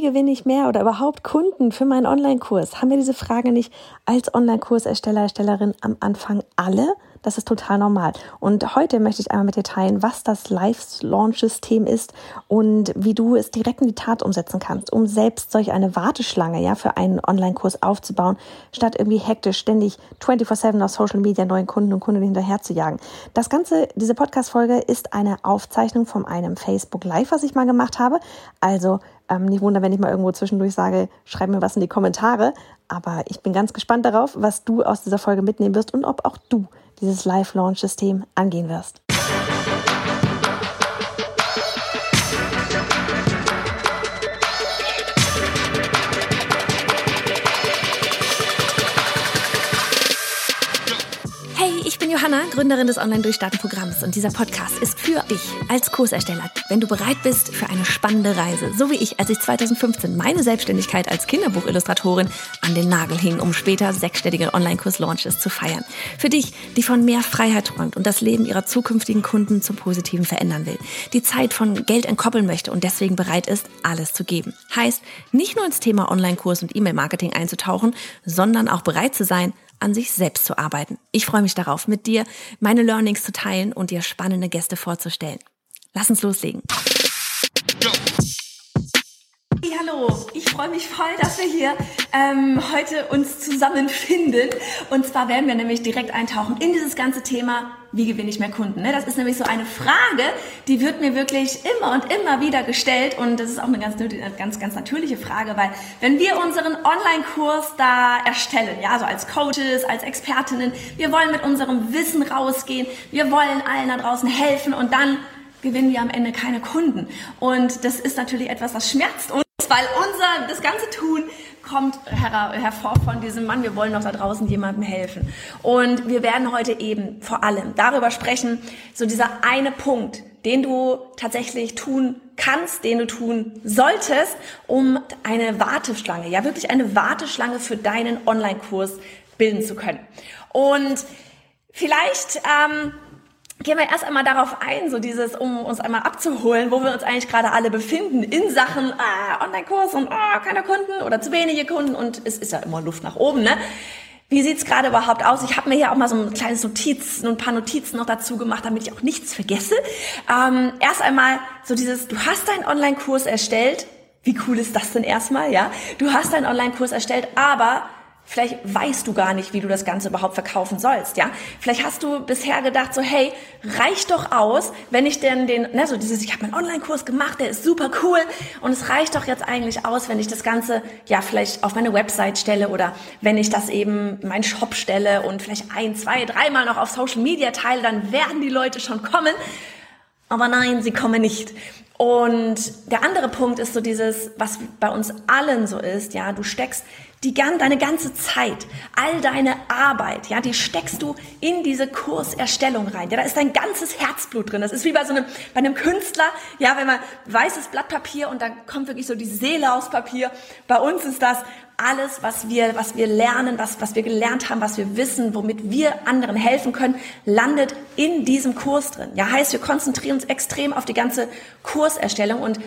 gewinne ich mehr oder überhaupt Kunden für meinen Online-Kurs? Haben wir diese Frage nicht als Online-Kursersteller, Erstellerin am Anfang alle? Das ist total normal. Und heute möchte ich einmal mit dir teilen, was das Live-Launch-System ist und wie du es direkt in die Tat umsetzen kannst, um selbst solch eine Warteschlange für einen Online-Kurs aufzubauen, statt irgendwie hektisch ständig 24/7 auf Social Media neuen Kunden und Kundinnen hinterher zu jagen. Das Ganze, diese Podcast-Folge ist eine Aufzeichnung von einem Facebook Live, was ich mal gemacht habe. Also nicht wundern, wenn ich mal irgendwo zwischendurch sage, schreib mir was in die Kommentare. Aber ich bin ganz gespannt darauf, was du aus dieser Folge mitnehmen wirst und ob auch du dieses Live-Launch-System angehen wirst. Ich bin Johanna, Gründerin des Online-Durchstarten-Programms und dieser Podcast ist für dich als Kursersteller, wenn du bereit bist für eine spannende Reise, so wie ich, als ich 2015 meine Selbstständigkeit als Kinderbuchillustratorin an den Nagel hing, um später sechsstellige Online-Kurs-Launches zu feiern. Für dich, die von mehr Freiheit träumt und das Leben ihrer zukünftigen Kunden zum Positiven verändern will, die Zeit von Geld entkoppeln möchte und deswegen bereit ist, alles zu geben. Heißt, nicht nur ins Thema Online-Kurs und E-Mail-Marketing einzutauchen, sondern auch bereit zu sein, an sich selbst zu arbeiten. Ich freue mich darauf, mit dir meine Learnings zu teilen und dir spannende Gäste vorzustellen. Lass uns loslegen. Hallo, ich freue mich voll, dass wir hier heute uns zusammenfinden. Und zwar werden wir nämlich direkt eintauchen in dieses ganze Thema, wie gewinne ich mehr Kunden? Das ist nämlich so eine Frage, die wird mir wirklich immer und immer wieder gestellt. Und das ist auch eine ganz natürliche Frage, weil wenn wir unseren Online-Kurs da erstellen, ja, so als Coaches, als Expertinnen, wir wollen mit unserem Wissen rausgehen, wir wollen allen da draußen helfen und dann gewinnen wir am Ende keine Kunden. Und das ist natürlich etwas, das schmerzt uns, weil das ganze Tun kommt hervor von diesem Mann, wir wollen doch da draußen jemandem helfen. Und wir werden heute eben vor allem darüber sprechen, so dieser eine Punkt, den du tatsächlich tun kannst, den du tun solltest, um eine Warteschlange, ja wirklich eine Warteschlange für deinen Online-Kurs bilden zu können. Und vielleicht gehen wir erst einmal darauf ein, so dieses, um uns einmal abzuholen, wo wir uns eigentlich gerade alle befinden in Sachen Online-Kurs und keine Kunden oder zu wenige Kunden und es ist ja immer Luft nach oben, ne? Wie sieht's gerade überhaupt aus? Ich habe mir hier auch mal so ein paar Notizen noch dazu gemacht, damit ich auch nichts vergesse. Erst einmal so dieses, du hast deinen Online-Kurs erstellt. Wie cool ist das denn erstmal, ja? Du hast deinen Online-Kurs erstellt, aber vielleicht weißt du gar nicht, wie du das Ganze überhaupt verkaufen sollst, ja? Vielleicht hast du bisher gedacht so, hey, reicht doch aus, wenn ich denn ich habe meinen Online-Kurs gemacht, der ist super cool und es reicht doch jetzt eigentlich aus, wenn ich das Ganze, ja, vielleicht auf meine Website stelle oder wenn ich das eben in meinen Shop stelle und vielleicht 1, 2, 3 Mal noch auf Social Media teile, dann werden die Leute schon kommen. Aber nein, sie kommen nicht. Und der andere Punkt ist so dieses, was bei uns allen so ist, ja, du steckst deine ganze Zeit, all deine Arbeit, ja, die steckst du in diese Kurserstellung rein. Ja, da ist dein ganzes Herzblut drin. Das ist wie bei einem Künstler, ja, wenn man weißes Blatt Papier und dann kommt wirklich so die Seele aufs Papier. Bei uns ist das alles, was wir lernen, was wir gelernt haben, was wir wissen, womit wir anderen helfen können, landet in diesem Kurs drin. Ja, heißt, wir konzentrieren uns extrem auf die ganze Kurserstellung und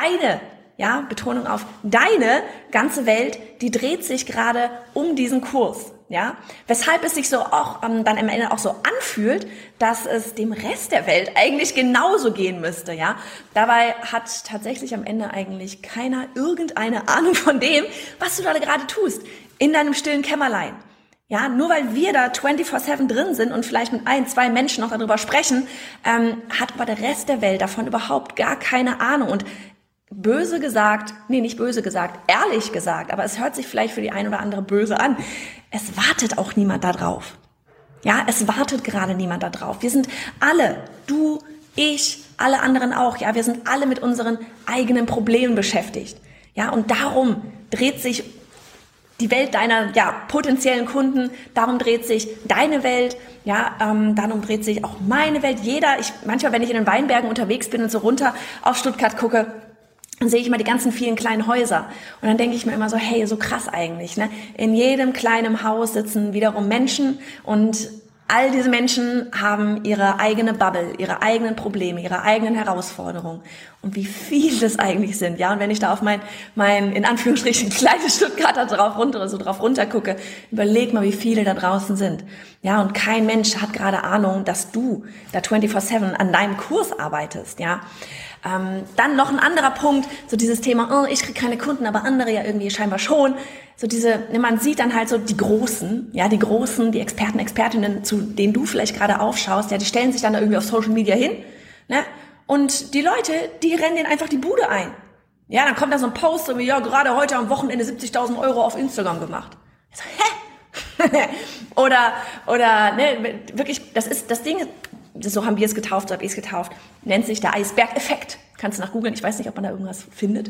Betonung auf deine ganze Welt, die dreht sich gerade um diesen Kurs, ja. Weshalb es sich so auch dann am Ende auch so anfühlt, dass es dem Rest der Welt eigentlich genauso gehen müsste, ja. Dabei hat tatsächlich am Ende eigentlich keiner irgendeine Ahnung von dem, was du da gerade tust, in deinem stillen Kämmerlein. Ja, nur weil wir da 24/7 drin sind und vielleicht mit 1, 2 Menschen noch darüber sprechen, hat aber der Rest der Welt davon überhaupt gar keine Ahnung. Und ehrlich gesagt, aber es hört sich vielleicht für die ein oder andere böse an. Es wartet auch niemand da drauf. Ja, es wartet gerade niemand da drauf. Wir sind alle, du, ich, alle anderen auch, ja, wir sind alle mit unseren eigenen Problemen beschäftigt. Ja, und darum dreht sich die Welt deiner, potenziellen Kunden, darum dreht sich deine Welt, darum dreht sich auch meine Welt. Manchmal, wenn ich in den Weinbergen unterwegs bin und so runter auf Stuttgart gucke, dann sehe ich immer die ganzen vielen kleinen Häuser. Und dann denke ich mir immer so, hey, so krass eigentlich, ne? In jedem kleinen Haus sitzen wiederum Menschen und all diese Menschen haben ihre eigene Bubble, ihre eigenen Probleme, ihre eigenen Herausforderungen. Und wie viel das eigentlich sind, ja. Und wenn ich da auf mein in Anführungsstrichen kleines Stuttgarter drauf runter gucke, überleg mal, wie viele da draußen sind. Ja, und kein Mensch hat gerade Ahnung, dass du da 24/7 an deinem Kurs arbeitest, ja. Dann noch ein anderer Punkt, so dieses Thema, oh, ich kriege keine Kunden, aber andere ja irgendwie scheinbar schon. So man sieht dann halt so die Großen, die Experten, Expertinnen, zu denen du vielleicht gerade aufschaust, ja, die stellen sich dann da irgendwie auf Social Media hin, ne? Und die Leute, die rennen denen einfach die Bude ein. Ja, dann kommt da so ein Post, so wie, ja, gerade heute am Wochenende 70.000 € auf Instagram gemacht. Ich so, hä? oder, ne, wirklich, das Ding, so haben wir es getauft, so habe ich es getauft, nennt sich der Eisbergeffekt. Kannst du nach googeln, ich weiß nicht, ob man da irgendwas findet.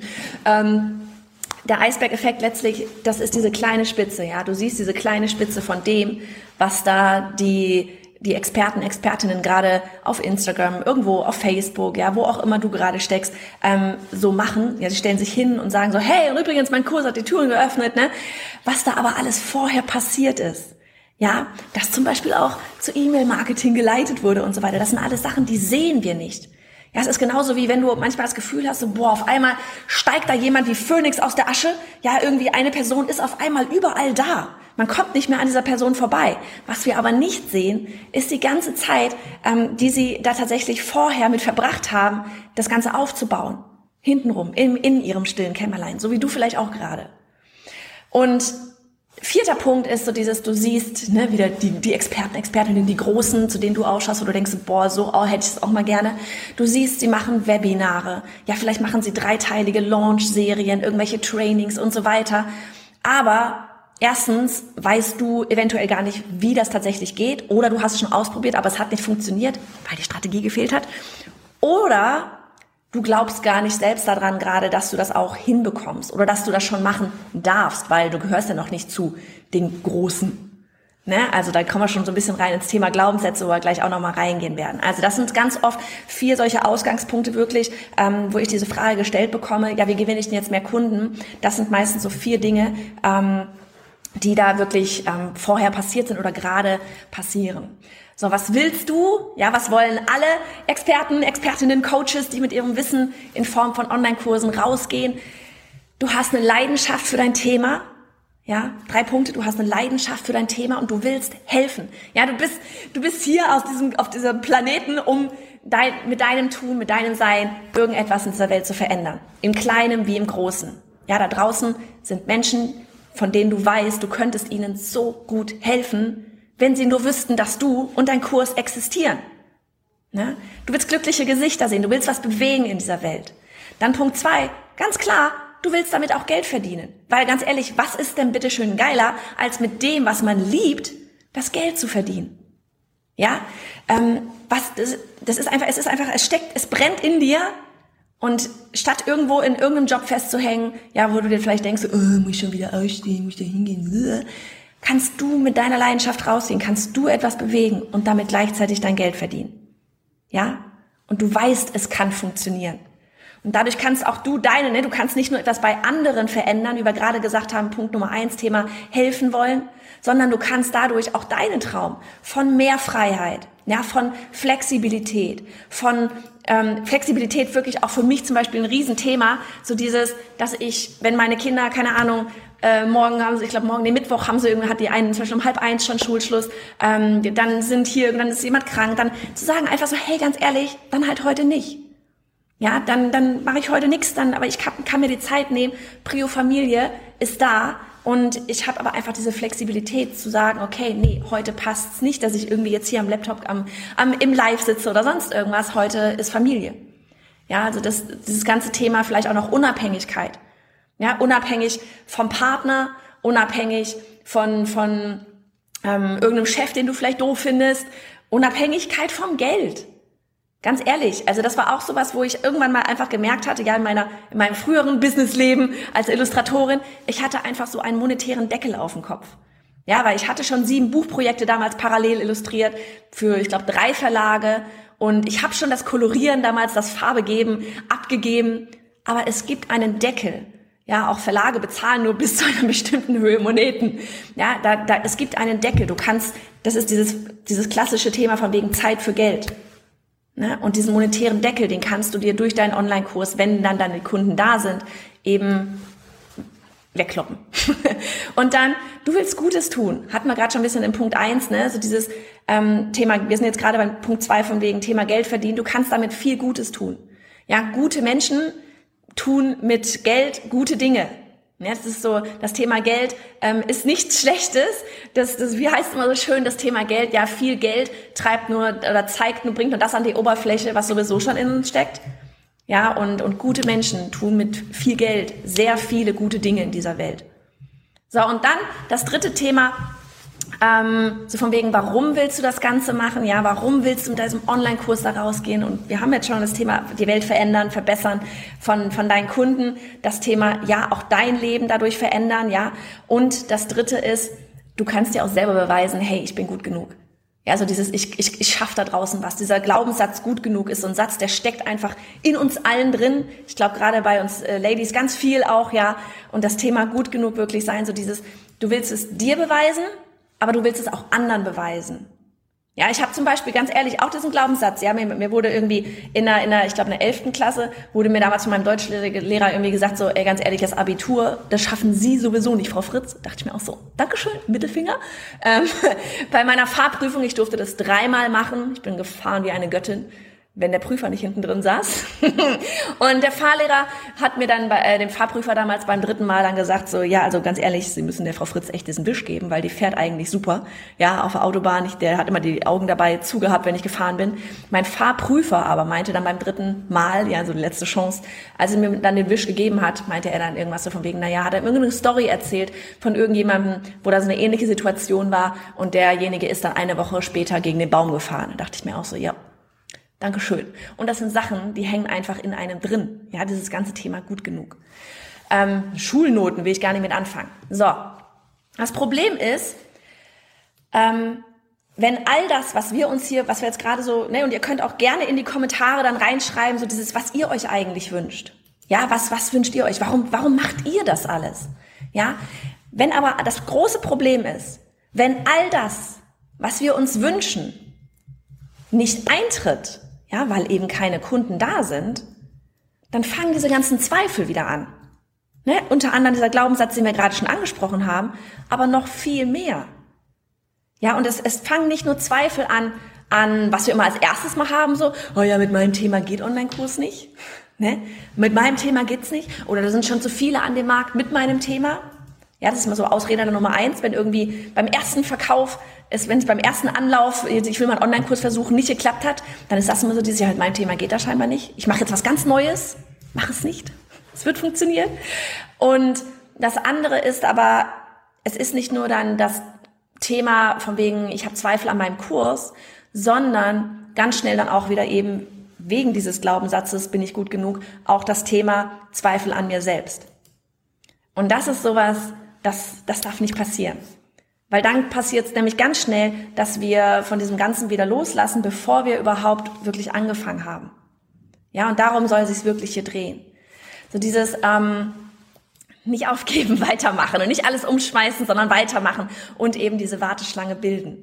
Der Eisbergeffekt letztlich, das ist diese kleine Spitze, ja. Du siehst diese kleine Spitze von dem, was da die Experten, Expertinnen gerade auf Instagram, irgendwo auf Facebook, ja, wo auch immer du gerade steckst, so machen. Ja, sie stellen sich hin und sagen so, hey, und übrigens, mein Kurs hat die Türen geöffnet, ne? Was da aber alles vorher passiert ist. Ja, dass zum Beispiel auch zu E-Mail-Marketing geleitet wurde und so weiter. Das sind alles Sachen, die sehen wir nicht. Ja, es ist genauso wie wenn du manchmal das Gefühl hast, so, boah, auf einmal steigt da jemand wie Phönix aus der Asche. Ja, irgendwie eine Person ist auf einmal überall da. Man kommt nicht mehr an dieser Person vorbei. Was wir aber nicht sehen, ist die ganze Zeit, die sie da tatsächlich vorher mit verbracht haben, das Ganze aufzubauen. Hintenrum, in ihrem stillen Kämmerlein. So wie du vielleicht auch gerade. Und 4. Punkt ist so dieses, du siehst, ne, wieder die Experten, Expertinnen, die Großen, zu denen du ausschaust, wo du denkst, boah, so hätte ich es auch mal gerne. Du siehst, sie machen Webinare. Ja, vielleicht machen sie 3-teilige Launch-Serien, irgendwelche Trainings und so weiter. Aber erstens weißt du eventuell gar nicht, wie das tatsächlich geht, oder du hast es schon ausprobiert, aber es hat nicht funktioniert, weil die Strategie gefehlt hat. Oder du glaubst gar nicht selbst daran gerade, dass du das auch hinbekommst oder dass du das schon machen darfst, weil du gehörst ja noch nicht zu den Großen. Ne? Also da kommen wir schon so ein bisschen rein ins Thema Glaubenssätze, wo wir gleich auch nochmal reingehen werden. Also das sind ganz oft 4 solche Ausgangspunkte wirklich, wo ich diese Frage gestellt bekomme, ja, wie gewinne ich denn jetzt mehr Kunden? Das sind meistens so 4 Dinge, die da wirklich vorher passiert sind oder gerade passieren. So, was willst du? Ja, was wollen alle Experten, Expertinnen, Coaches, die mit ihrem Wissen in Form von Online-Kursen rausgehen? Du hast eine Leidenschaft für dein Thema. Ja, 3 Punkte. Du hast eine Leidenschaft für dein Thema und du willst helfen. Ja, du bist hier auf diesem Planeten, um mit deinem Tun, mit deinem Sein irgendetwas in dieser Welt zu verändern. Im Kleinen wie im Großen. Ja, da draußen sind Menschen, von denen du weißt, du könntest ihnen so gut helfen, wenn sie nur wüssten, dass du und dein Kurs existieren. Ne? Du willst glückliche Gesichter sehen, du willst was bewegen in dieser Welt. Dann Punkt 2, ganz klar, du willst damit auch Geld verdienen. Weil ganz ehrlich, was ist denn bitte schön geiler, als mit dem, was man liebt, das Geld zu verdienen? Ja, es brennt in dir. Und statt irgendwo in irgendeinem Job festzuhängen, ja, wo du dir vielleicht denkst, muss ich schon wieder ausstehen, muss ich da hingehen, kannst du mit deiner Leidenschaft rausgehen, kannst du etwas bewegen und damit gleichzeitig dein Geld verdienen. Ja? Und du weißt, es kann funktionieren. Und dadurch kannst auch du du kannst nicht nur etwas bei anderen verändern, wie wir gerade gesagt haben, Punkt Nummer 1, Thema helfen wollen, sondern du kannst dadurch auch deinen Traum von mehr Freiheit, ja, von Flexibilität, von Flexibilität wirklich auch für mich zum Beispiel ein Riesenthema, so dieses, dass ich, wenn meine Kinder, keine Ahnung, Mittwoch haben sie irgendwie, hat die einen zum Beispiel um 12:30 schon Schulschluss, dann ist jemand krank, dann zu sagen einfach so, hey, ganz ehrlich, dann halt heute nicht. Ja, dann mache ich heute nichts, aber ich kann mir die Zeit nehmen, Prio Familie ist da und ich habe aber einfach diese Flexibilität zu sagen, okay, nee, heute passt's nicht, dass ich irgendwie jetzt hier am Laptop im Live sitze oder sonst irgendwas, heute ist Familie. Ja, also dieses ganze Thema vielleicht auch noch Unabhängigkeit. Ja, unabhängig vom Partner, unabhängig von irgendeinem Chef, den du vielleicht doof findest, Unabhängigkeit vom Geld. Ganz ehrlich, also das war auch sowas, wo ich irgendwann mal einfach gemerkt hatte, ja, in meinem früheren Businessleben als Illustratorin, ich hatte einfach so einen monetären Deckel auf dem Kopf. Ja, weil ich hatte schon 7 Buchprojekte damals parallel illustriert für, ich glaube, 3 Verlage und ich habe schon das Kolorieren damals, das Farbe geben, abgegeben, aber es gibt einen Deckel. Ja, auch Verlage bezahlen nur bis zu einer bestimmten Höhe Moneten. Ja, es gibt einen Deckel. Das ist dieses klassische Thema von wegen Zeit für Geld. Ne? Und diesen monetären Deckel, den kannst du dir durch deinen Online-Kurs, wenn dann deine Kunden da sind, eben wegkloppen. Und dann, du willst Gutes tun. Hatten wir gerade schon ein bisschen im Punkt 1, ne? So dieses Thema, wir sind jetzt gerade beim Punkt 2 von wegen Thema Geld verdienen. Du kannst damit viel Gutes tun. Ja, gute Menschen tun mit Geld gute Dinge. Ja, das ist so, das Thema Geld ist nichts Schlechtes. Das, wie heißt es immer so schön, das Thema Geld, ja, viel Geld treibt nur oder zeigt nur, bringt nur das an die Oberfläche, was sowieso schon in uns steckt. Ja, und gute Menschen tun mit viel Geld sehr viele gute Dinge in dieser Welt. So, und dann das dritte Thema, so von wegen, warum willst du das Ganze machen? Ja, warum willst du mit diesem Online-Kurs da rausgehen? Und wir haben jetzt schon das Thema, die Welt verändern, verbessern von deinen Kunden. Das Thema, ja, auch dein Leben dadurch verändern, ja. Und das dritte ist, du kannst dir auch selber beweisen, hey, ich bin gut genug. Ja, also dieses, ich schaffe da draußen was. Dieser Glaubenssatz gut genug ist so ein Satz, der steckt einfach in uns allen drin. Ich glaube, gerade bei uns Ladies ganz viel auch, ja. Und das Thema gut genug wirklich sein, so dieses, du willst es dir beweisen, aber du willst es auch anderen beweisen. Ja, ich habe zum Beispiel, ganz ehrlich, auch diesen Glaubenssatz, ja, mir wurde irgendwie in der 11. Klasse, wurde mir damals von meinem Deutschlehrer irgendwie gesagt, so, ey, ganz ehrlich, das Abitur, das schaffen Sie sowieso nicht, Frau Fritz. Dachte ich mir auch so, Dankeschön, Mittelfinger. Bei meiner Fahrprüfung, ich durfte das 3-mal machen, ich bin gefahren wie eine Göttin, wenn der Prüfer nicht hinten drin saß. Und der Fahrlehrer hat mir dann dem Fahrprüfer damals beim 3. Mal dann gesagt, so, ja, also ganz ehrlich, Sie müssen der Frau Fritz echt diesen Wisch geben, weil die fährt eigentlich super. Ja, auf der Autobahn, der hat immer die Augen dabei zugehabt, wenn ich gefahren bin. Mein Fahrprüfer aber meinte dann beim 3. Mal, ja, so die letzte Chance, als er mir dann den Wisch gegeben hat, meinte er dann irgendwas so von wegen, naja, hat er irgendeine Story erzählt von irgendjemandem, wo da so eine ähnliche Situation war und derjenige ist dann eine Woche später gegen den Baum gefahren. Da dachte ich mir auch so, ja, Dankeschön. Und das sind Sachen, die hängen einfach in einem drin. Ja, dieses ganze Thema gut genug. Schulnoten will ich gar nicht mit anfangen. So, das Problem ist, wenn all das, was wir jetzt gerade so, ne, und ihr könnt auch gerne in die Kommentare dann reinschreiben, so dieses, was ihr euch eigentlich wünscht. Ja, was wünscht ihr euch? Warum macht ihr das alles? Ja, wenn aber das große Problem ist, wenn all das, was wir uns wünschen, nicht eintritt, ja, weil eben keine Kunden da sind, dann fangen diese ganzen Zweifel wieder an. Ne? Unter anderem dieser Glaubenssatz, den wir gerade schon angesprochen haben, aber noch viel mehr. Ja, und es fangen nicht nur Zweifel an, was wir immer als erstes mal haben, so, oh ja, mit meinem Thema geht Online-Kurs nicht. Ne? Mit meinem Thema geht's nicht. Oder da sind schon zu viele an dem Markt mit meinem Thema. Ja, das ist mal so Ausrede Nummer 1, wenn irgendwie beim ersten Verkauf, wenn es beim ersten Anlauf, ich will mal einen Online-Kurs versuchen, nicht geklappt hat, dann ist das immer so dieses, ja, mit meinem Thema geht das scheinbar nicht. Ich mache jetzt was ganz Neues, mach es nicht. Es wird funktionieren. Und das andere ist aber, es ist nicht nur dann das Thema von wegen, ich habe Zweifel an meinem Kurs, sondern ganz schnell dann auch wieder eben wegen dieses Glaubenssatzes, bin ich gut genug, auch das Thema Zweifel an mir selbst. Und das ist sowas, das darf nicht passieren. Weil dann passiert es nämlich ganz schnell, dass wir von diesem Ganzen wieder loslassen, bevor wir überhaupt wirklich angefangen haben. Ja, und darum soll es sich wirklich hier drehen. So dieses nicht aufgeben, weitermachen und nicht alles umschmeißen, sondern weitermachen und eben diese Warteschlange bilden.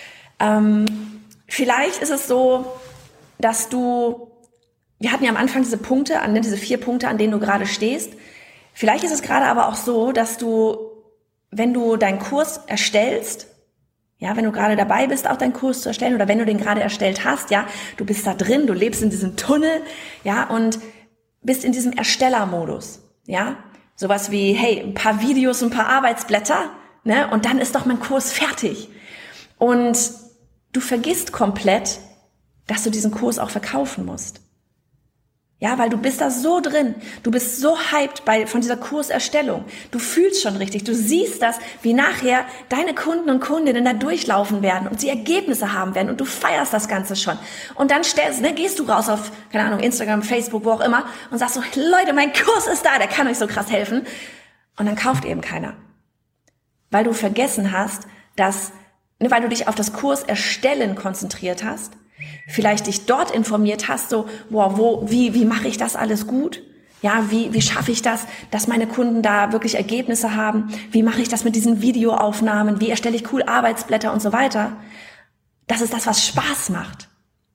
Vielleicht ist es so, dass wir hatten ja am Anfang diese 4 Punkte, an denen du gerade stehst. Vielleicht ist es gerade aber auch so, dass wenn du deinen Kurs erstellst, ja, wenn du gerade dabei bist, auch deinen Kurs zu erstellen oder wenn du den gerade erstellt hast, ja, du bist da drin, du lebst in diesem Tunnel, ja, und bist in diesem Erstellermodus, ja. Sowas wie, hey, ein paar Videos, ein paar Arbeitsblätter, ne, und dann ist doch mein Kurs fertig. Und du vergisst komplett, dass du diesen Kurs auch verkaufen musst. Ja, weil du bist da so drin, du bist so hyped von dieser Kurserstellung. Du fühlst schon richtig, du siehst das, wie nachher deine Kunden und Kundinnen da durchlaufen werden und sie Ergebnisse haben werden und du feierst das Ganze schon. Und dann gehst du raus auf, keine Ahnung, Instagram, Facebook, wo auch immer und sagst so, Leute, mein Kurs ist da, der kann euch so krass helfen. Und dann kauft eben keiner. Weil du vergessen hast, weil du dich auf das Kurserstellen konzentriert hast, vielleicht dich dort informiert hast, so, wie mache ich das alles gut? Ja, wie schaffe ich das, dass meine Kunden da wirklich Ergebnisse haben? Wie mache ich das mit diesen Videoaufnahmen? Wie erstelle ich cool Arbeitsblätter und so weiter? Das ist das, was Spaß macht.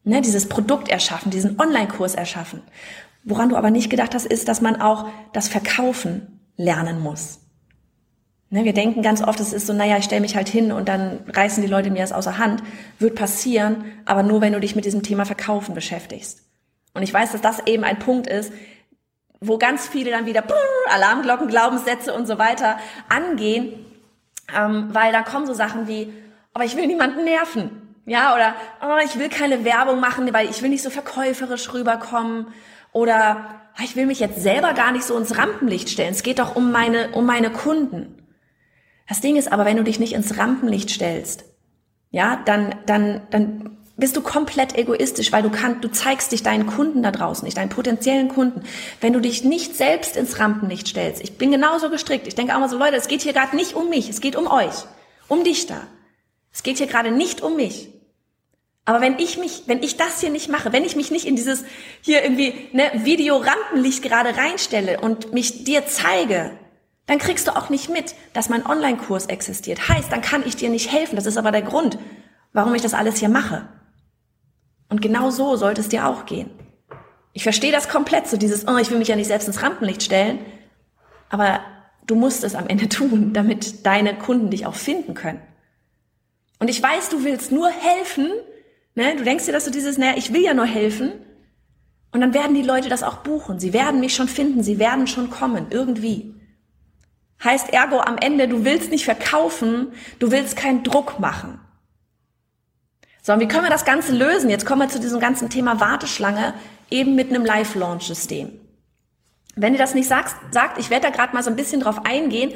Ne, dieses Produkt erschaffen, diesen Online-Kurs erschaffen. Woran du aber nicht gedacht hast, ist, dass man auch das Verkaufen lernen muss. Ne, wir denken ganz oft, es ist so, naja, ich stelle mich halt hin und dann reißen die Leute mir das außer Hand. Wird passieren, aber nur, wenn du dich mit diesem Thema Verkaufen beschäftigst. Und ich weiß, dass das eben ein Punkt ist, wo ganz viele dann wieder Alarmglocken, Glaubenssätze und so weiter angehen, weil da kommen so Sachen wie, aber ich will niemanden nerven. Ja, oder ich will keine Werbung machen, weil ich will nicht so verkäuferisch rüberkommen. Oder ich will mich jetzt selber gar nicht so ins Rampenlicht stellen. Es geht doch um meine Kunden. Das Ding ist aber, wenn du dich nicht ins Rampenlicht stellst, ja, dann bist du komplett egoistisch, weil du zeigst dich deinen Kunden da draußen nicht, deinen potenziellen Kunden. Wenn du dich nicht selbst ins Rampenlicht stellst, ich bin genauso gestrickt. Ich denke auch mal so, Leute, es geht hier gerade nicht um mich, es geht um euch, um dich da. Es geht hier gerade nicht um mich. Aber wenn ich das hier nicht mache, wenn ich mich nicht in dieses hier irgendwie Video-Rampenlicht gerade reinstelle und mich dir zeige, dann kriegst du auch nicht mit, dass mein Online-Kurs existiert. Heißt, dann kann ich dir nicht helfen. Das ist aber der Grund, warum ich das alles hier mache. Und genau so sollte es dir auch gehen. Ich verstehe das komplett, so dieses, ich will mich ja nicht selbst ins Rampenlicht stellen, aber du musst es am Ende tun, damit deine Kunden dich auch finden können. Und ich weiß, du willst nur helfen, ne? Du denkst dir, dass du ich will ja nur helfen. Und dann werden die Leute das auch buchen. Sie werden mich schon finden, sie werden schon kommen, irgendwie. Heißt ergo am Ende, du willst nicht verkaufen, du willst keinen Druck machen. So, und wie können wir das Ganze lösen? Jetzt kommen wir zu diesem ganzen Thema Warteschlange, eben mit einem Live-Launch-System. Wenn ihr das nicht sagt, ich werde da gerade mal so ein bisschen drauf eingehen.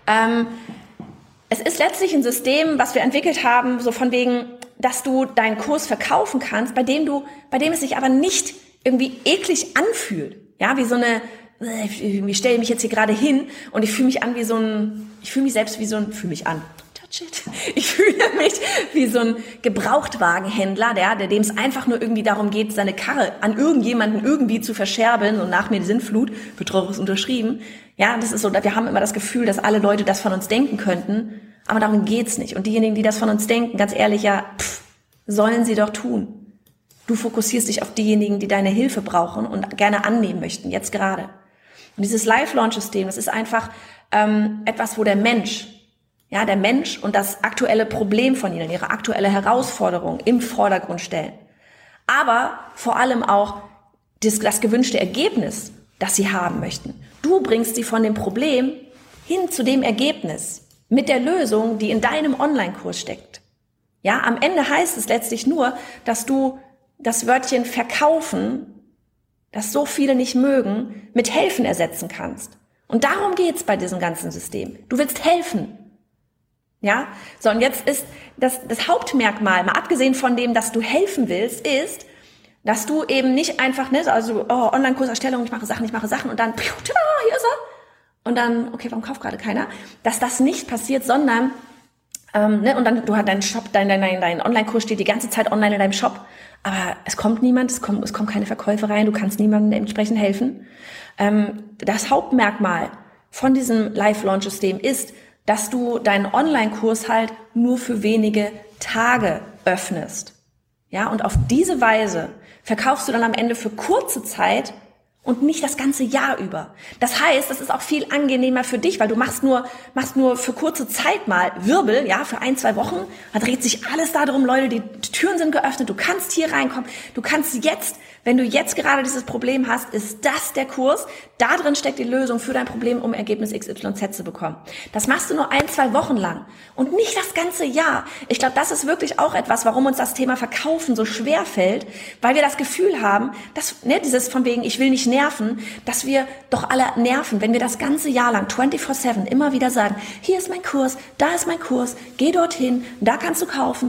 Es ist letztlich ein System, was wir entwickelt haben, so von wegen, dass du deinen Kurs verkaufen kannst, bei dem es sich aber nicht irgendwie eklig anfühlt. Ja, wie so eine, ich stelle mich jetzt hier gerade hin und ich fühle mich an wie so ein, ich fühle mich selbst wie so ein, fühle mich an. Ich fühle mich wie so ein Gebrauchtwagenhändler, dem es einfach nur irgendwie darum geht, seine Karre an irgendjemanden irgendwie zu verscherbeln und nach mir die Sintflut, Betrug ist unterschrieben. Ja, das ist so, wir haben immer das Gefühl, dass alle Leute das von uns denken könnten, aber darum geht's nicht. Und diejenigen, die das von uns denken, ganz ehrlich, sollen sie doch tun. Du fokussierst dich auf diejenigen, die deine Hilfe brauchen und gerne annehmen möchten, jetzt gerade. Und dieses Live-Launch-System, das ist einfach etwas, wo der Mensch und das aktuelle Problem von ihnen, ihre aktuelle Herausforderung im Vordergrund stellen. Aber vor allem auch das gewünschte Ergebnis, das sie haben möchten. Du bringst sie von dem Problem hin zu dem Ergebnis mit der Lösung, die in deinem Online-Kurs steckt. Ja, am Ende heißt es letztlich nur, dass du das Wörtchen verkaufen, das so viele nicht mögen, mit helfen ersetzen kannst. Und darum geht's bei diesem ganzen System. Du willst helfen. Ja, so, und jetzt ist das Hauptmerkmal, mal abgesehen von dem, dass du helfen willst, ist, dass du eben nicht einfach, Online-Kurserstellung, ich mache Sachen und dann, hier ist er. Und dann, okay, warum kauft gerade keiner? Dass das nicht passiert, sondern, und dann, du hast deinen Shop, dein Online-Kurs steht die ganze Zeit online in deinem Shop, aber es kommt niemand, es kommt keine Verkäufe rein, du kannst niemandem entsprechend helfen. Das Hauptmerkmal von diesem Live-Launch-System ist, dass du deinen Online-Kurs halt nur für wenige Tage öffnest. Ja, und auf diese Weise verkaufst du dann am Ende für kurze Zeit und nicht das ganze Jahr über. Das heißt, das ist auch viel angenehmer für dich, weil du machst nur für kurze Zeit mal Wirbel, ja, für 1-2 Wochen. Da dreht sich alles darum, Leute, die Türen sind geöffnet, du kannst hier reinkommen, du kannst jetzt, wenn du jetzt gerade dieses Problem hast, ist das der Kurs. Da drin steckt die Lösung für dein Problem, um Ergebnis XYZ zu bekommen. Das machst du nur 1-2 Wochen lang und nicht das ganze Jahr. Ich glaube, das ist wirklich auch etwas, warum uns das Thema Verkaufen so schwer fällt, weil wir das Gefühl haben, dass, dieses von wegen, ich will nicht nerven, dass wir doch alle nerven, wenn wir das ganze Jahr lang 24/7 immer wieder sagen, hier ist mein Kurs, da ist mein Kurs, geh dorthin, da kannst du kaufen,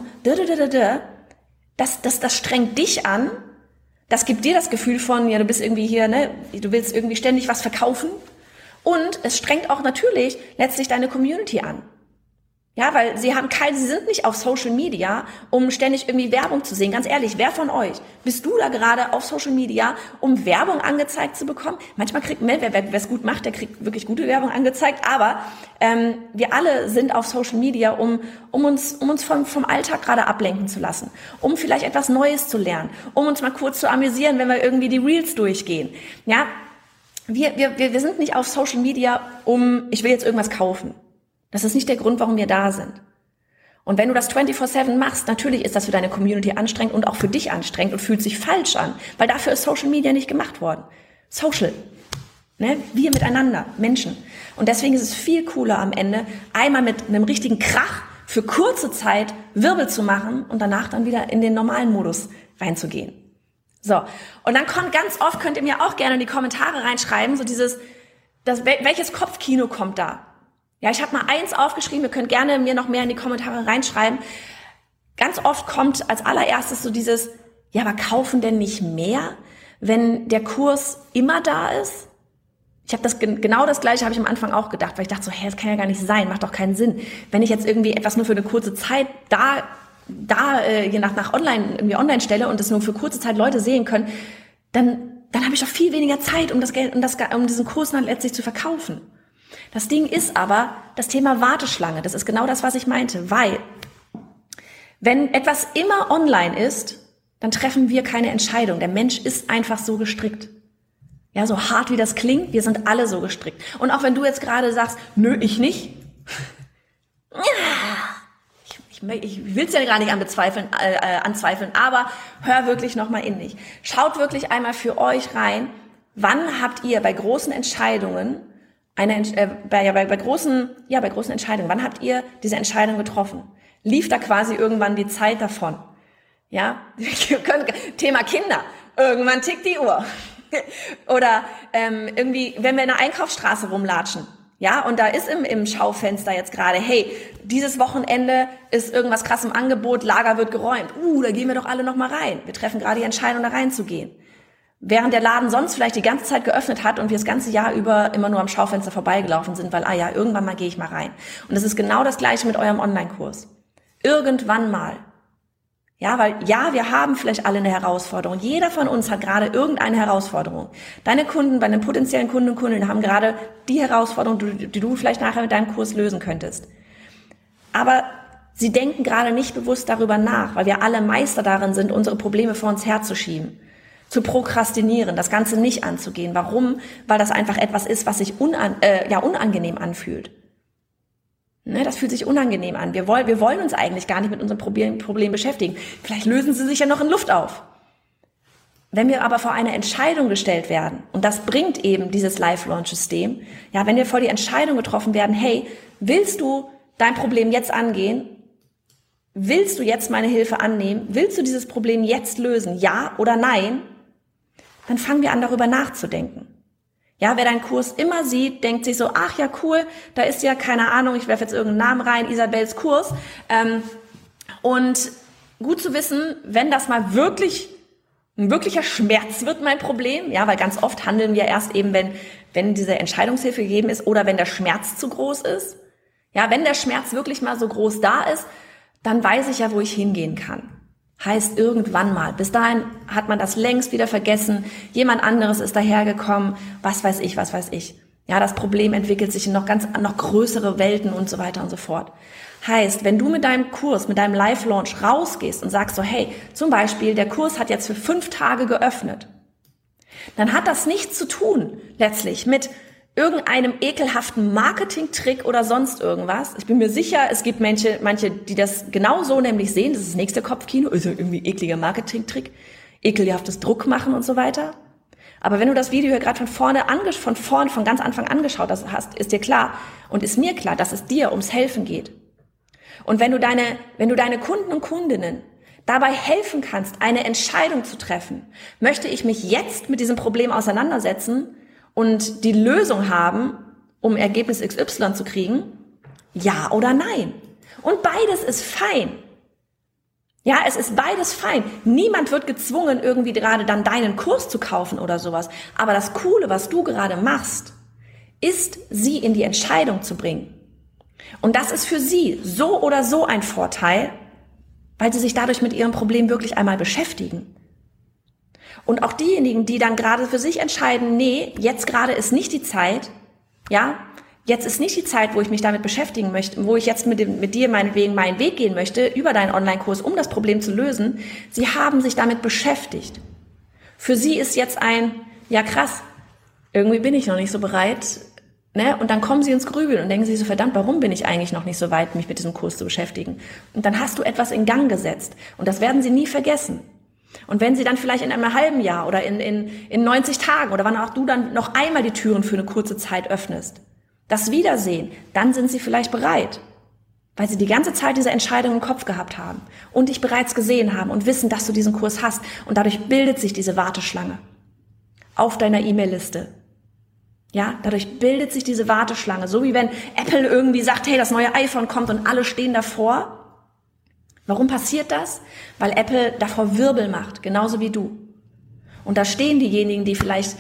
das strengt dich an. Das gibt dir das Gefühl von, ja, du bist irgendwie hier, du willst irgendwie ständig was verkaufen. Und es strengt auch natürlich letztlich deine Community an. Ja, weil sie sind nicht auf Social Media, um ständig irgendwie Werbung zu sehen. Ganz ehrlich, wer von euch bist du da gerade auf Social Media, um Werbung angezeigt zu bekommen? Manchmal wer es gut macht, der kriegt wirklich gute Werbung angezeigt. Aber wir alle sind auf Social Media, um uns vom Alltag gerade ablenken zu lassen, um vielleicht etwas Neues zu lernen, um uns mal kurz zu amüsieren, wenn wir irgendwie die Reels durchgehen. Ja, wir sind nicht auf Social Media, ich will jetzt irgendwas kaufen. Das ist nicht der Grund, warum wir da sind. Und wenn du das 24/7 machst, natürlich ist das für deine Community anstrengend und auch für dich anstrengend und fühlt sich falsch an, weil dafür ist Social Media nicht gemacht worden. Social, ne? Wir miteinander, Menschen. Und deswegen ist es viel cooler am Ende, einmal mit einem richtigen Krach für kurze Zeit Wirbel zu machen und danach dann wieder in den normalen Modus reinzugehen. So, und dann ganz oft könnt ihr mir auch gerne in die Kommentare reinschreiben, so welches Kopfkino kommt da? Ja, ich habe mal 1 aufgeschrieben, ihr könnt gerne mir noch mehr in die Kommentare reinschreiben. Ganz oft kommt als allererstes so dieses, ja, aber kaufen denn nicht mehr, wenn der Kurs immer da ist? Ich habe genau das Gleiche habe ich am Anfang auch gedacht, weil ich dachte so, das kann ja gar nicht sein, macht doch keinen Sinn. Wenn ich jetzt irgendwie etwas nur für eine kurze Zeit je nach online stelle und das nur für kurze Zeit Leute sehen können, dann habe ich doch viel weniger Zeit, um diesen Kurs dann letztlich zu verkaufen. Das Ding ist aber das Thema Warteschlange. Das ist genau das, was ich meinte, weil wenn etwas immer online ist, dann treffen wir keine Entscheidung. Der Mensch ist einfach so gestrickt. Ja, so hart wie das klingt, wir sind alle so gestrickt. Und auch wenn du jetzt gerade sagst, nö, ich nicht. Ich will es ja gar nicht anzweifeln, aber hör wirklich nochmal in dich. Schaut wirklich einmal für euch rein, wann habt ihr bei großen Entscheidungen bei großen Entscheidungen, wann habt ihr diese Entscheidung getroffen? Lief da quasi irgendwann die Zeit davon? Ja, Thema Kinder. Irgendwann tickt die Uhr. Oder irgendwie, wenn wir in der Einkaufsstraße rumlatschen, ja, und da ist im Schaufenster jetzt gerade, hey, dieses Wochenende ist irgendwas krass im Angebot, Lager wird geräumt. Da gehen wir doch alle noch mal rein. Wir treffen gerade die Entscheidung, da reinzugehen. Während der Laden sonst vielleicht die ganze Zeit geöffnet hat und wir das ganze Jahr über immer nur am Schaufenster vorbeigelaufen sind, weil, irgendwann mal gehe ich mal rein. Und das ist genau das Gleiche mit eurem Online-Kurs. Irgendwann mal. Ja, weil, wir haben vielleicht alle eine Herausforderung. Jeder von uns hat gerade irgendeine Herausforderung. Deine Kunden, bei den potenziellen Kunden und Kundinnen haben gerade die Herausforderung, die du vielleicht nachher mit deinem Kurs lösen könntest. Aber sie denken gerade nicht bewusst darüber nach, weil wir alle Meister darin sind, unsere Probleme vor uns herzuschieben. Zu prokrastinieren, das Ganze nicht anzugehen. Warum? Weil das einfach etwas ist, was sich unangenehm anfühlt. Ne, das fühlt sich unangenehm an. Wir wollen uns eigentlich gar nicht mit unserem Problem beschäftigen. Vielleicht lösen sie sich ja noch in Luft auf. Wenn wir aber vor eine Entscheidung gestellt werden, und das bringt eben dieses Live-Launch-System, ja, wenn wir vor die Entscheidung getroffen werden, hey, willst du dein Problem jetzt angehen? Willst du jetzt meine Hilfe annehmen? Willst du dieses Problem jetzt lösen? Ja oder nein? Dann fangen wir an, darüber nachzudenken. Ja, wer deinen Kurs immer sieht, denkt sich so, ach ja, cool, da ist ja, keine Ahnung, ich werfe jetzt irgendeinen Namen rein, Isabels Kurs. Und gut zu wissen, wenn das mal wirklich ein wirklicher Schmerz wird, mein Problem, ja, weil ganz oft handeln wir erst eben, wenn diese Entscheidungshilfe gegeben ist oder wenn der Schmerz zu groß ist. Ja, wenn der Schmerz wirklich mal so groß da ist, dann weiß ich ja, wo ich hingehen kann. Heißt irgendwann mal. Bis dahin hat man das längst wieder vergessen. Jemand anderes ist dahergekommen. Was weiß ich. Ja, das Problem entwickelt sich in noch größere Welten und so weiter und so fort. Heißt, wenn du mit deinem Kurs, mit deinem Live-Launch rausgehst und sagst so, hey, zum Beispiel, der Kurs hat jetzt für 5 Tage geöffnet, dann hat das nichts zu tun, letztlich, mit irgendeinem ekelhaften Marketing-Trick oder sonst irgendwas. Ich bin mir sicher, es gibt manche, die das genau so nämlich sehen. Das ist das nächste Kopfkino. Ist ja irgendwie ekliger Marketing-Trick. Ekelhaftes Druck machen und so weiter. Aber wenn du das Video hier gerade von ganz Anfang angeschaut hast, ist dir klar und ist mir klar, dass es dir ums Helfen geht. Und wenn du deine Kunden und Kundinnen dabei helfen kannst, eine Entscheidung zu treffen, möchte ich mich jetzt mit diesem Problem auseinandersetzen und die Lösung haben, um Ergebnis XY zu kriegen, ja oder nein. Und beides ist fein. Ja, es ist beides fein. Niemand wird gezwungen, irgendwie gerade dann deinen Kurs zu kaufen oder sowas. Aber das Coole, was du gerade machst, ist, sie in die Entscheidung zu bringen. Und das ist für sie so oder so ein Vorteil, weil sie sich dadurch mit ihrem Problem wirklich einmal beschäftigen. Und auch diejenigen, die dann gerade für sich entscheiden, nee, jetzt gerade ist nicht die Zeit, ja, jetzt ist nicht die Zeit, wo ich mich damit beschäftigen möchte, wo ich jetzt mit dir meinetwegen meinen Weg gehen möchte, über deinen Online-Kurs, um das Problem zu lösen. Sie haben sich damit beschäftigt. Für sie ist jetzt ja krass, irgendwie bin ich noch nicht so bereit, ne? Und dann kommen sie ins Grübeln und denken sich so, verdammt, warum bin ich eigentlich noch nicht so weit, mich mit diesem Kurs zu beschäftigen? Und dann hast du etwas in Gang gesetzt und das werden sie nie vergessen. Und wenn sie dann vielleicht in einem halben Jahr oder in 90 Tagen oder wann auch du dann noch einmal die Türen für eine kurze Zeit öffnest, das Wiedersehen, dann sind sie vielleicht bereit, weil sie die ganze Zeit diese Entscheidung im Kopf gehabt haben und dich bereits gesehen haben und wissen, dass du diesen Kurs hast. Und dadurch bildet sich diese Warteschlange auf deiner E-Mail-Liste. Ja, dadurch bildet sich diese Warteschlange, so wie wenn Apple irgendwie sagt, hey, das neue iPhone kommt und alle stehen davor. Warum passiert das? Weil Apple davor Wirbel macht, genauso wie du. Und da stehen diejenigen, die vielleicht,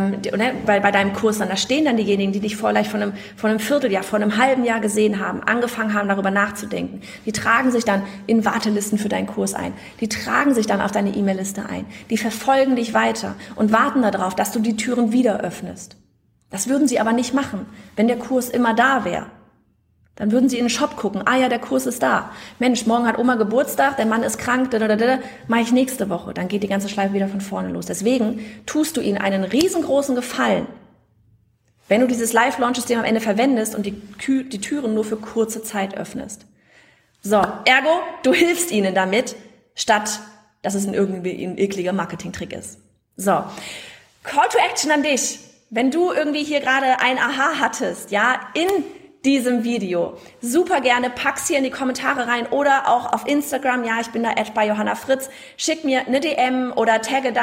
bei deinem Kurs dann, da stehen dann diejenigen, die dich vielleicht vor einem Vierteljahr, vor einem halben Jahr gesehen haben, angefangen haben, darüber nachzudenken. Die tragen sich dann in Wartelisten für deinen Kurs ein. Die tragen sich dann auf deine E-Mail-Liste ein. Die verfolgen dich weiter und warten darauf, dass du die Türen wieder öffnest. Das würden sie aber nicht machen, wenn der Kurs immer da wäre. Dann würden sie in den Shop gucken, ja, der Kurs ist da. Mensch, morgen hat Oma Geburtstag, der Mann ist krank, mache ich nächste Woche. Dann geht die ganze Schleife wieder von vorne los. Deswegen tust du ihnen einen riesengroßen Gefallen, wenn du dieses Live-Launch-System am Ende verwendest und die Türen nur für kurze Zeit öffnest. So, ergo, du hilfst ihnen damit, statt dass es irgendwie ein ekliger Marketing-Trick ist. So, Call to Action an dich. Wenn du irgendwie hier gerade ein Aha hattest, ja, in diesem Video, super gerne, pack's hier in die Kommentare rein oder auch auf Instagram, ja, ich bin da @byjohannafritz, schick mir eine DM oder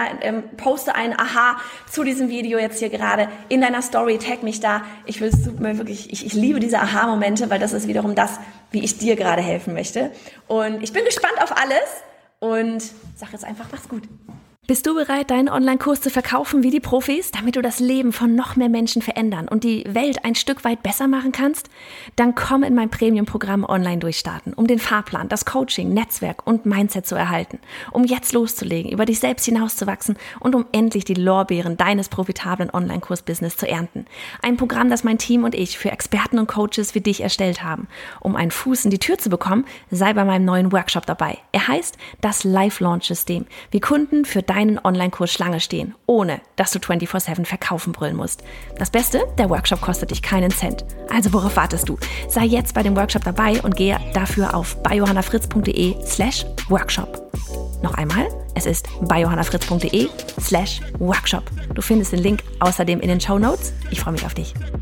poste ein Aha zu diesem Video jetzt hier gerade in deiner Story, tag mich da. Ich liebe diese Aha-Momente, weil das ist wiederum das, wie ich dir gerade helfen möchte. Und ich bin gespannt auf alles und sag jetzt einfach, mach's gut. Bist du bereit, deinen Online-Kurs zu verkaufen wie die Profis, damit du das Leben von noch mehr Menschen verändern und die Welt ein Stück weit besser machen kannst? Dann komm in mein Premium-Programm Online durchstarten, um den Fahrplan, das Coaching, Netzwerk und Mindset zu erhalten, um jetzt loszulegen, über dich selbst hinauszuwachsen und um endlich die Lorbeeren deines profitablen Online-Kurs-Business zu ernten. Ein Programm, das mein Team und ich für Experten und Coaches wie dich erstellt haben. Um einen Fuß in die Tür zu bekommen, sei bei meinem neuen Workshop dabei. Er heißt das Live-Launch-System, wie Kunden für deinen Online-Kurs Schlange stehen, ohne dass du 24/7 verkaufen brüllen musst. Das Beste, der Workshop kostet dich keinen Cent. Also worauf wartest du? Sei jetzt bei dem Workshop dabei und gehe dafür auf byjohannafritz.de/Workshop. Noch einmal, es ist byjohannafritz.de/Workshop. Du findest den Link außerdem in den Shownotes. Ich freue mich auf dich.